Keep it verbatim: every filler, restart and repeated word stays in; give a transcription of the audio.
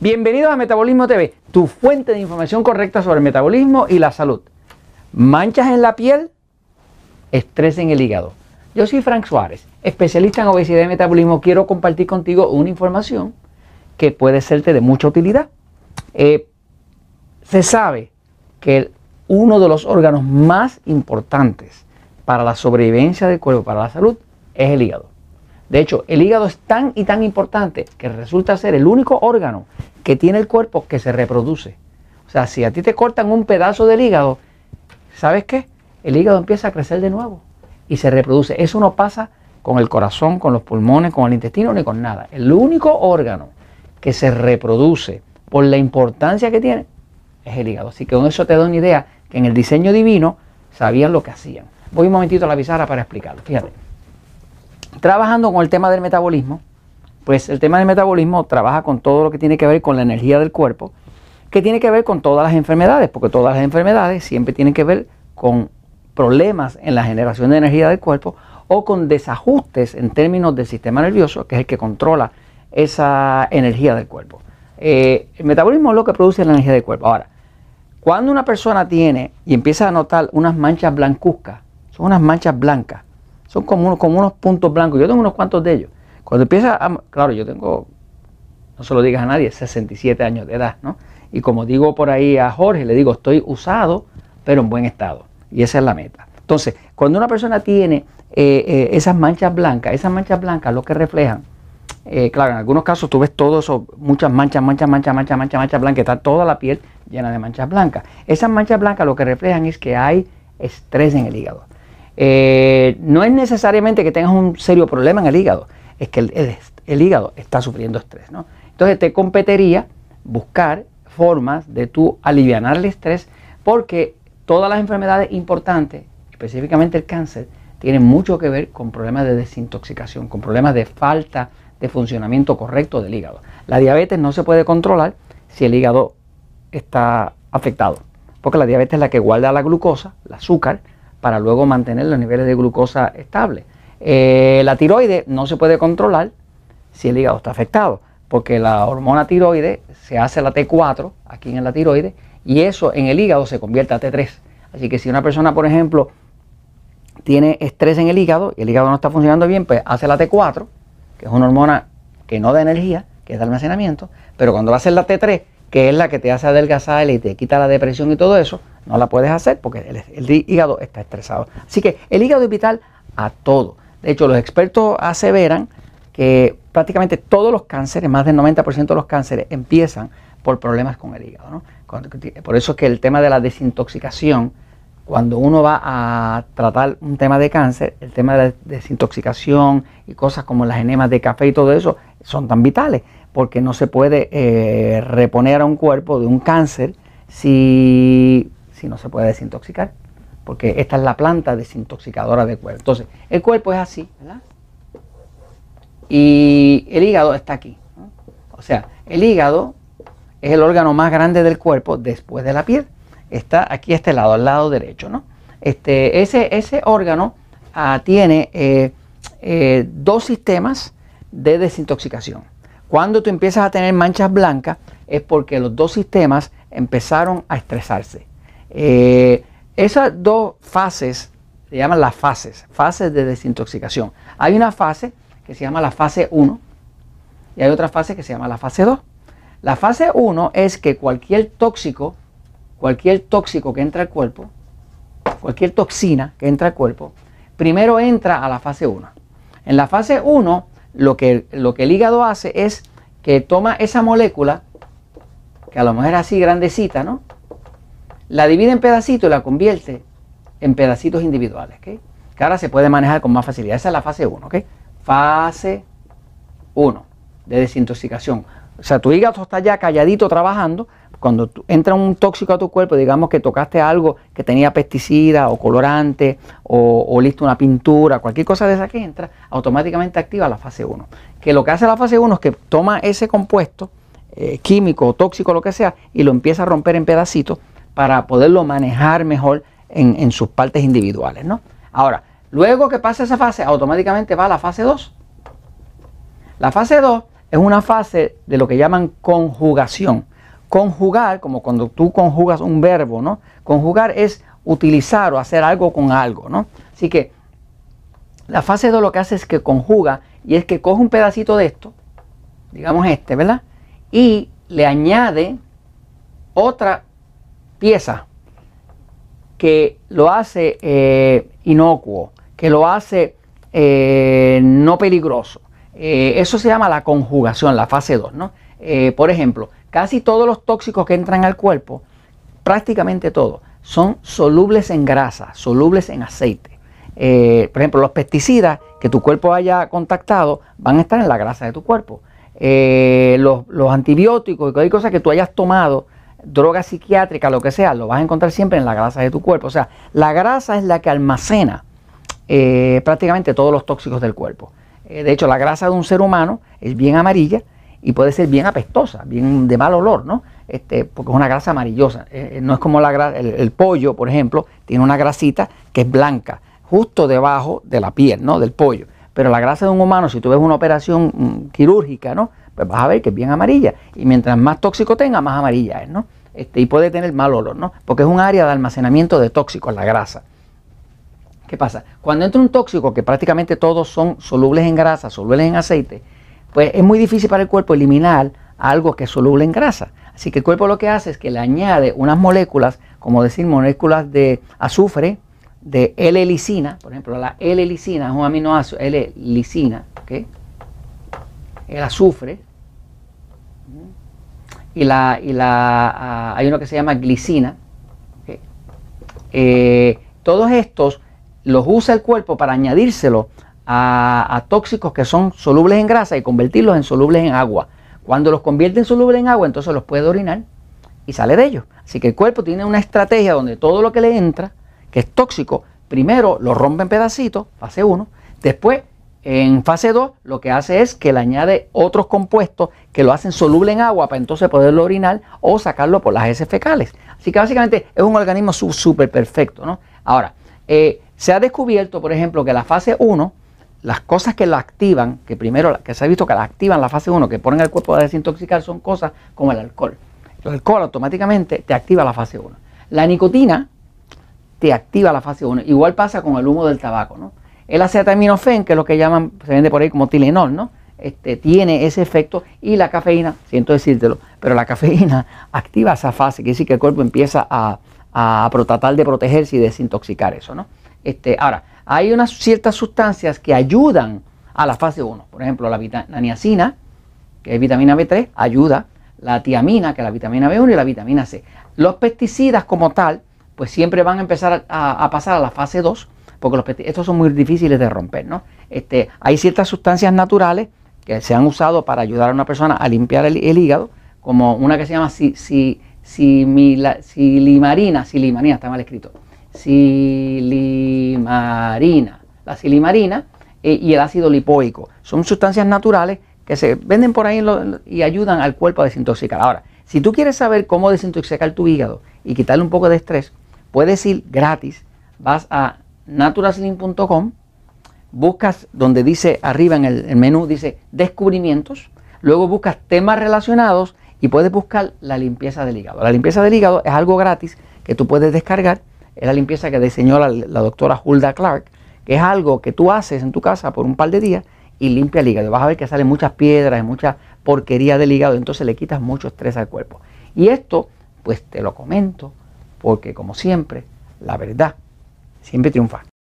Bienvenidos a Metabolismo T V, tu fuente de información correcta sobre el metabolismo y la salud. Manchas en la piel, estrés en el hígado. Yo soy Frank Suárez, especialista en obesidad y metabolismo. Quiero compartir contigo una información que puede serte de mucha utilidad. Eh, se sabe que uno de los órganos más importantes para la sobrevivencia del cuerpo, para la salud, es el hígado. De hecho, el hígado es tan y tan importante que resulta ser el único órgano que tiene el cuerpo que se reproduce. O sea, si a ti te cortan un pedazo del hígado, ¿sabes qué? El hígado empieza a crecer de nuevo y se reproduce. Eso no pasa con el corazón, con los pulmones, con el intestino, ni con nada. El único órgano que se reproduce por la importancia que tiene es el hígado. Así que con eso te doy una idea que en el diseño divino sabían lo que hacían. Voy un momentito a la pizarra para explicarlo. Fíjate. Trabajando con el tema del metabolismo, pues el tema del metabolismo trabaja con todo lo que tiene que ver con la energía del cuerpo, que tiene que ver con todas las enfermedades, porque todas las enfermedades siempre tienen que ver con problemas en la generación de energía del cuerpo o con desajustes en términos del sistema nervioso, que es el que controla esa energía del cuerpo. Eh, el metabolismo es lo que produce la energía del cuerpo. Ahora, cuando una persona tiene y empieza a notar unas manchas blancuzcas, son unas manchas blancas, son como unos, como unos puntos blancos. Yo tengo unos cuantos de ellos. Cuando empieza a... Claro, yo tengo, no se lo digas a nadie, sesenta y siete años de edad, ¿no? Y como digo por ahí a Jorge, le digo, estoy usado, pero en buen estado. Y esa es la meta. Entonces, cuando una persona tiene eh, eh, esas manchas blancas, esas manchas blancas lo que reflejan, eh, claro, en algunos casos tú ves todo eso, muchas manchas, manchas, manchas, manchas, manchas, manchas blancas, está toda la piel llena de manchas blancas. Esas manchas blancas lo que reflejan es que hay estrés en el hígado. Eh, no es necesariamente que tengas un serio problema en el hígado, es que el, el, el hígado está sufriendo estrés, ¿no? Entonces te competiría buscar formas de tú alivianar el estrés, porque todas las enfermedades importantes, específicamente el cáncer, tienen mucho que ver con problemas de desintoxicación, con problemas de falta de funcionamiento correcto del hígado. La diabetes no se puede controlar si el hígado está afectado, porque la diabetes es la que guarda la glucosa, el azúcar, para luego mantener los niveles de glucosa estables. Eh, la tiroides no se puede controlar si el hígado está afectado, porque la hormona tiroides se hace la T cuatro aquí en la tiroides y eso en el hígado se convierte a T tres. Así que si una persona, por ejemplo, tiene estrés en el hígado y el hígado no está funcionando bien, pues hace la T cuatro, que es una hormona que no da energía, que es de almacenamiento, pero cuando hace la T tres, que es la que te hace adelgazar y te quita la depresión y todo eso, no la puedes hacer porque el, el hígado está estresado. Así que el hígado es vital a todo. De hecho, los expertos aseveran que prácticamente todos los cánceres, más del noventa por ciento de los cánceres, empiezan por problemas con el hígado, ¿no? Por eso es que el tema de la desintoxicación, cuando uno va a tratar un tema de cáncer, el tema de la desintoxicación y cosas como las enemas de café y todo eso son tan vitales, porque no se puede eh, reponer a un cuerpo de un cáncer si, si no se puede desintoxicar, porque esta es la planta desintoxicadora del cuerpo. Entonces, el cuerpo es así, ¿verdad? Y el hígado está aquí, ¿no? O sea, el hígado es el órgano más grande del cuerpo después de la piel. Está aquí a este lado, al lado derecho, ¿no? Este, ese, ese órgano ah, tiene eh, eh, dos sistemas de desintoxicación. Cuando tú empiezas a tener manchas blancas es porque los dos sistemas empezaron a estresarse. Eh, esas dos fases se llaman las fases, fases de desintoxicación. Hay una fase que se llama la fase uno y hay otra fase que se llama la fase dos. La fase uno es que cualquier tóxico, cualquier tóxico que entra al cuerpo, cualquier toxina que entra al cuerpo, primero entra a la fase uno. En la fase uno, lo que, lo que el hígado hace es que toma esa molécula, que a lo mejor es así grandecita, ¿no? La divide en pedacitos y la convierte en pedacitos individuales, ¿ok? Que ahora se puede manejar con más facilidad. Esa es la fase uno, ¿ok? Fase uno de desintoxicación. O sea, tu hígado está ya calladito trabajando. Cuando entra un tóxico a tu cuerpo, digamos que tocaste algo que tenía pesticida o colorante o, o listo una pintura, cualquier cosa de esa que entra, automáticamente activa la fase uno. Que lo que hace la fase uno es que toma ese compuesto eh, químico o tóxico, lo que sea, y lo empieza a romper en pedacitos para poderlo manejar mejor en, en sus partes individuales, ¿no? Ahora, luego que pasa esa fase, automáticamente va a la fase dos. La fase dos es una fase de lo que llaman conjugación. Conjugar, como cuando tú conjugas un verbo, ¿no? Conjugar es utilizar o hacer algo con algo, ¿no? Así que la fase dos lo que hace es que conjuga, y es que coge un pedacito de esto, digamos este, ¿verdad? Y le añade otra pieza que lo hace eh, inocuo, que lo hace eh, no peligroso. Eh, eso se llama la conjugación, la fase dos, ¿no? Eh, por ejemplo, casi todos los tóxicos que entran al cuerpo, prácticamente todos, son solubles en grasa, solubles en aceite. Eh, por ejemplo, los pesticidas que tu cuerpo haya contactado van a estar en la grasa de tu cuerpo. Eh, los, los antibióticos y cualquier cosa que tú hayas tomado, droga psiquiátrica, lo que sea, lo vas a encontrar siempre en la grasa de tu cuerpo. O sea, la grasa es la que almacena eh, prácticamente todos los tóxicos del cuerpo. Eh, de hecho, la grasa de un ser humano es bien amarilla y puede ser bien apestosa, bien de mal olor, ¿no? Este, porque es una grasa amarillosa. Eh, no es como la grasa, el, el pollo, por ejemplo, tiene una grasita que es blanca, justo debajo de la piel, ¿no? Del pollo. Pero la grasa de un humano, si tú ves una operación mm, quirúrgica, ¿no? Pues vas a ver que es bien amarilla. Y mientras más tóxico tenga, más amarilla es, ¿no? Este, y puede tener mal olor, ¿no? Porque es un área de almacenamiento de tóxicos, la grasa. ¿Qué pasa? Cuando entra un tóxico, que prácticamente todos son solubles en grasa, solubles en aceite, pues es muy difícil para el cuerpo eliminar algo que es soluble en grasa. Así que el cuerpo lo que hace es que le añade unas moléculas, como decir, moléculas de azufre, de L-lisina. Por ejemplo, la L-lisina es un aminoácido, L-lisina, ¿okay? El azufre. Y, la, y la, uh, hay uno que se llama glicina. ¿Okay? Eh, todos estos los usa el cuerpo para añadírselo a, a tóxicos que son solubles en grasa y convertirlos en solubles en agua. Cuando los convierte en solubles en agua, entonces los puede orinar y sale de ellos. Así que el cuerpo tiene una estrategia donde todo lo que le entra, que es tóxico, primero lo rompe en pedacitos, fase uno, después en fase dos lo que hace es que le añade otros compuestos que lo hacen soluble en agua para entonces poderlo orinar o sacarlo por las heces fecales. Así que básicamente es un organismo súper perfecto, ¿no? Ahora, eh, se ha descubierto, por ejemplo, que la fase uno, las cosas que la activan, que primero que se ha visto que la activan la fase uno, que ponen al cuerpo a desintoxicar, son cosas como el alcohol. El alcohol automáticamente te activa la fase uno. La nicotina te activa la fase uno. Igual pasa con el humo del tabaco, ¿no? El acetaminofén, que es lo que llaman, se vende por ahí como Tylenol, ¿no? Este, tiene ese efecto, y la cafeína, siento decírtelo, pero la cafeína activa esa fase, quiere decir que el cuerpo empieza a, a, a tratar de protegerse y desintoxicar eso, ¿no? Este, ahora, hay unas ciertas sustancias que ayudan a la fase uno. Por ejemplo, la, la niacina, que es vitamina B tres, ayuda. La tiamina, que es la vitamina B uno, y la vitamina C. Los pesticidas como tal, pues siempre van a empezar a, a pasar a la fase dos, porque los estos son muy difíciles de romper, ¿no? Este, hay ciertas sustancias naturales que se han usado para ayudar a una persona a limpiar el, el hígado, como una que se llama si, si, simila, silimarina, silimarina, está mal escrito, silimarina, la silimarina eh, y el ácido lipoico. Son sustancias naturales que se venden por ahí en lo, y ayudan al cuerpo a desintoxicar. Ahora, si tú quieres saber cómo desintoxicar tu hígado y quitarle un poco de estrés, puedes ir gratis, vas a naturaslim punto com, buscas donde dice arriba en el, el menú, dice descubrimientos, luego buscas temas relacionados y puedes buscar la limpieza del hígado. La limpieza del hígado es algo gratis que tú puedes descargar, es la limpieza que diseñó la, la doctora Hulda Clark, que es algo que tú haces en tu casa por un par de días y limpia el hígado. Vas a ver que salen muchas piedras, mucha porquería del hígado, entonces le quitas mucho estrés al cuerpo. Y esto, pues te lo comento, porque como siempre, la verdad siempre triunfa.